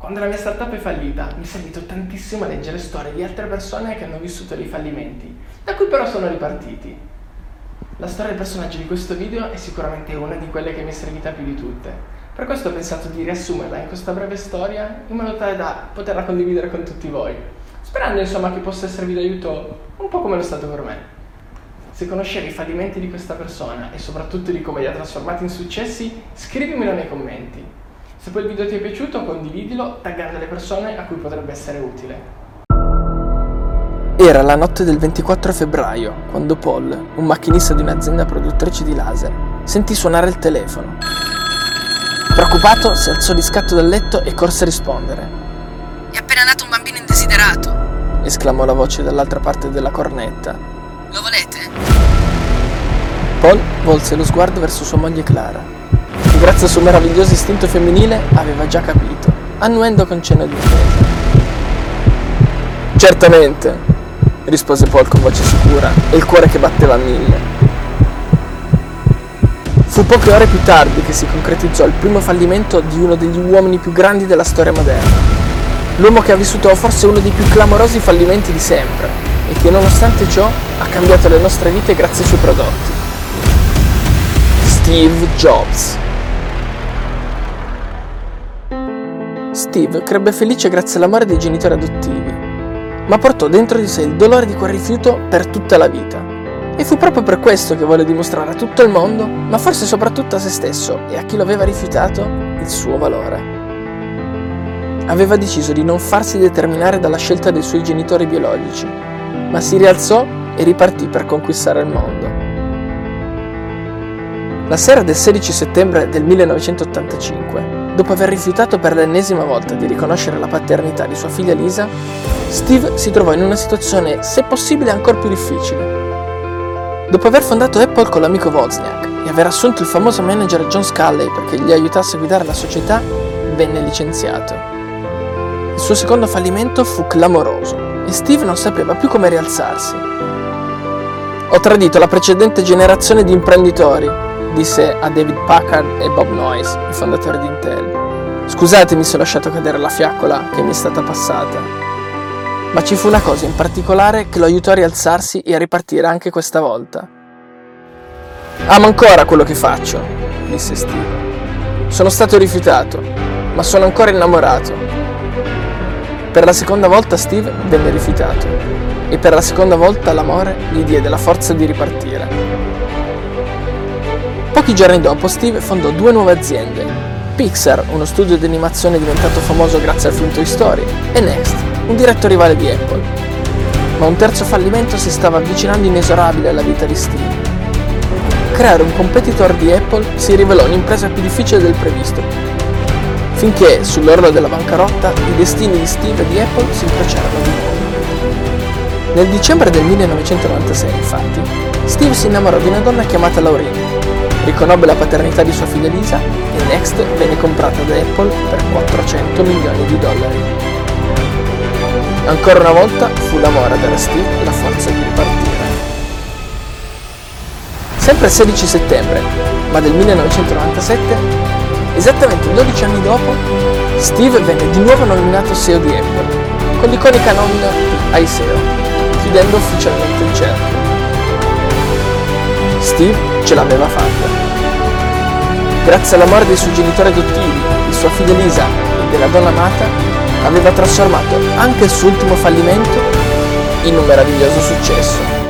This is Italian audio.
Quando la mia startup è fallita, mi è servito tantissimo a leggere storie di altre persone che hanno vissuto dei fallimenti, da cui però sono ripartiti. La storia del personaggio di questo video è sicuramente una di quelle che mi è servita più di tutte. Per questo ho pensato di riassumerla in questa breve storia in modo tale da poterla condividere con tutti voi, sperando insomma che possa esservi d'aiuto un po' come lo è stato per me. Se conoscevi i fallimenti di questa persona e soprattutto di come li ha trasformati in successi, scrivimelo nei commenti. Se poi il video ti è piaciuto, condividilo taggando le persone a cui potrebbe essere utile. Era la notte del 24 febbraio, quando Paul, un macchinista di un'azienda produttrice di laser, sentì suonare il telefono. Preoccupato, si alzò di scatto dal letto e corse a rispondere. «È appena nato un bambino indesiderato!» esclamò la voce dall'altra parte della cornetta. «Lo volete?» Paul volse lo sguardo verso sua moglie Clara, che grazie al suo meraviglioso istinto femminile aveva già capito, annuendo con cenno di intesa. «Certamente!» rispose Paul con voce sicura e il cuore che batteva a 1000. Fu poche ore più tardi che si concretizzò il primo fallimento di uno degli uomini più grandi della storia moderna. L'uomo che ha vissuto forse uno dei più clamorosi fallimenti di sempre e che nonostante ciò ha cambiato le nostre vite grazie ai suoi prodotti. Steve Jobs. Steve crebbe felice grazie all'amore dei genitori adottivi, ma portò dentro di sé il dolore di quel rifiuto per tutta la vita. E fu proprio per questo che volle dimostrare a tutto il mondo, ma forse soprattutto a se stesso e a chi lo aveva rifiutato, il suo valore. Aveva deciso di non farsi determinare dalla scelta dei suoi genitori biologici, ma si rialzò e ripartì per conquistare il mondo. La sera del 16 settembre del 1985, dopo aver rifiutato per l'ennesima volta di riconoscere la paternità di sua figlia Lisa, Steve si trovò in una situazione, se possibile, ancora più difficile. Dopo aver fondato Apple con l'amico Wozniak e aver assunto il famoso manager John Sculley perché gli aiutasse a guidare la società, venne licenziato. Il suo secondo fallimento fu clamoroso e Steve non sapeva più come rialzarsi. «Ho tradito la precedente generazione di imprenditori», disse a David Packard e Bob Noyce, i fondatori di Intel. «Scusatemi se ho lasciato cadere la fiaccola che mi è stata passata». Ma ci fu una cosa in particolare che lo aiutò a rialzarsi e a ripartire anche questa volta. «Amo ancora quello che faccio», disse Steve. «Sono stato rifiutato, ma sono ancora innamorato». Per la seconda volta Steve venne rifiutato e per la seconda volta l'amore gli diede la forza di ripartire. Pochi giorni dopo Steve fondò 2 nuove aziende, Pixar, uno studio di animazione diventato famoso grazie al film Toy Story, e Next, un diretto rivale di Apple. Ma un terzo fallimento si stava avvicinando inesorabile alla vita di Steve. Creare un competitor di Apple si rivelò un'impresa più difficile del previsto, finché, sull'orlo della bancarotta, i destini di Steve e di Apple si incrociarono di nuovo. Nel dicembre del 1996, infatti, Steve si innamorò di una donna chiamata Laureen, riconobbe la paternità di sua figlia Lisa e Next venne comprata da Apple per $400 milioni. Ancora una volta fu l'amore a dare a Steve la forza di ripartire. Sempre il 16 settembre, ma del 1997, esattamente 12 anni dopo, Steve venne di nuovo nominato CEO di Apple, con l'iconica nomina di iSEO, chiudendo ufficialmente il cerchio. Steve ce l'aveva fatta. Grazie all'amore dei suoi genitori adottivi, di sua figlia Lisa e della donna amata, aveva trasformato anche il suo ultimo fallimento in un meraviglioso successo.